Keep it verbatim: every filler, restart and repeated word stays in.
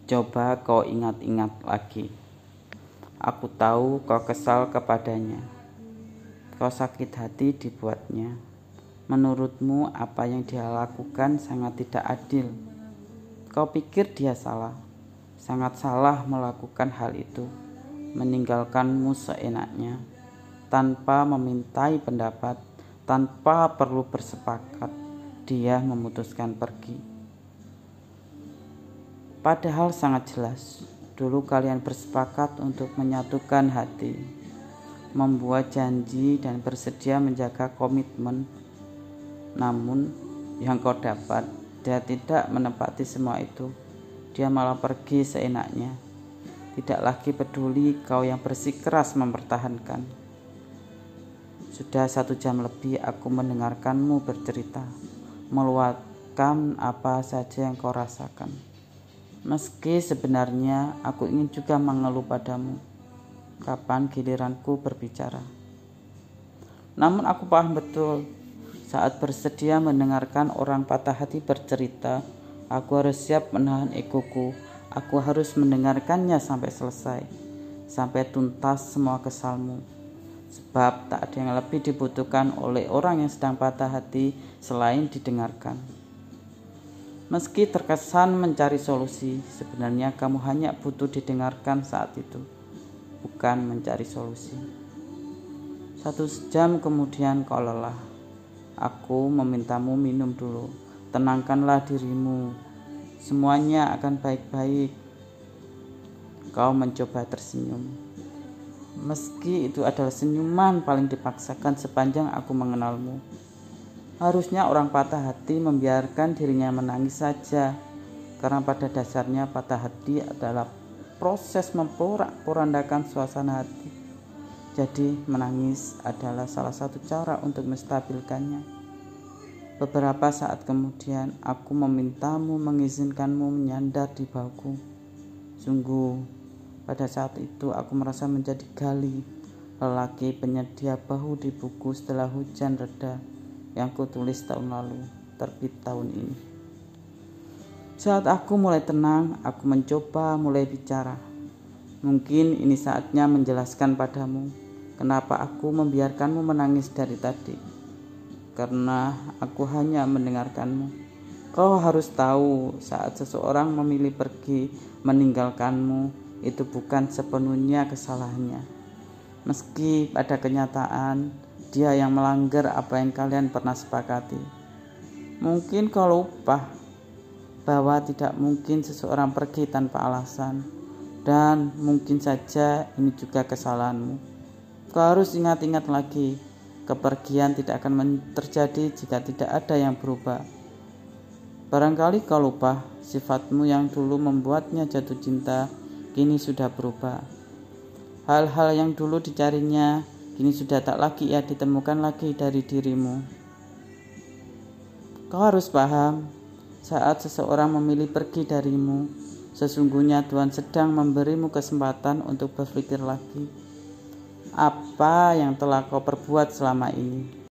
Coba kau ingat-ingat lagi. Aku tahu kau kesal kepadanya. Kau sakit hati dibuatnya. Menurutmu apa yang dia lakukan sangat tidak adil. Kau pikir dia salah. Sangat salah melakukan hal itu. Meninggalkanmu seenaknya. Tanpa memintai pendapat. Tanpa perlu bersepakat. Dia memutuskan pergi. Padahal sangat jelas, dulu kalian bersepakat untuk menyatukan hati, membuat janji dan bersedia menjaga komitmen. Namun, yang kau dapat, dia tidak menepati semua itu. Dia malah pergi seenaknya. Tidak lagi peduli kau yang bersikeras mempertahankan. Sudah satu jam lebih aku mendengarkanmu bercerita, meluapkan apa saja yang kau rasakan. Meski sebenarnya aku ingin juga mengeluh padamu, kapan giliranku berbicara. Namun aku paham betul, saat bersedia mendengarkan orang patah hati bercerita, aku harus siap menahan egoku. Aku harus mendengarkannya sampai selesai, sampai tuntas semua kesalmu. Sebab tak ada yang lebih dibutuhkan oleh orang yang sedang patah hati selain didengarkan. Meski terkesan mencari solusi, sebenarnya kamu hanya butuh didengarkan saat itu, bukan mencari solusi. Satu jam kemudian kau lelah. Aku memintamu minum dulu. Tenangkanlah dirimu. Semuanya akan baik-baik. Kau mencoba tersenyum. Meski itu adalah senyuman paling dipaksakan sepanjang aku mengenalmu. Harusnya orang patah hati membiarkan dirinya menangis saja, karena pada dasarnya patah hati adalah proses memporak-porandakan suasana hati. Jadi menangis adalah salah satu cara untuk menstabilkannya. Beberapa saat kemudian aku memintamu mengizinkanmu menyandar di bahuku. Sungguh, pada saat itu aku merasa menjadi Gali, lelaki penyedia bahu di buku setelah hujan reda yang kutulis tahun lalu, terbit tahun ini. Saat aku mulai tenang, aku mencoba mulai bicara. Mungkin ini saatnya menjelaskan padamu kenapa aku membiarkanmu menangis dari tadi. Karena aku hanya mendengarkanmu. Kau harus tahu, saat seseorang memilih pergi meninggalkanmu, itu bukan sepenuhnya kesalahannya. Meski pada kenyataan dia yang melanggar apa yang kalian pernah sepakati. Mungkin kau lupa bahwa tidak mungkin seseorang pergi tanpa alasan, dan mungkin saja ini juga kesalahanmu. Kau harus ingat-ingat lagi, kepergian tidak akan terjadi jika tidak ada yang berubah. Barangkali kau lupa, sifatmu yang dulu membuatnya jatuh cinta kini sudah berubah. Hal-hal yang dulu dicarinya kini sudah tak lagi ya ditemukan lagi dari dirimu. Kau harus paham, saat seseorang memilih pergi darimu, sesungguhnya Tuhan sedang memberimu kesempatan untuk berpikir lagi. Apa yang telah kau perbuat selama ini?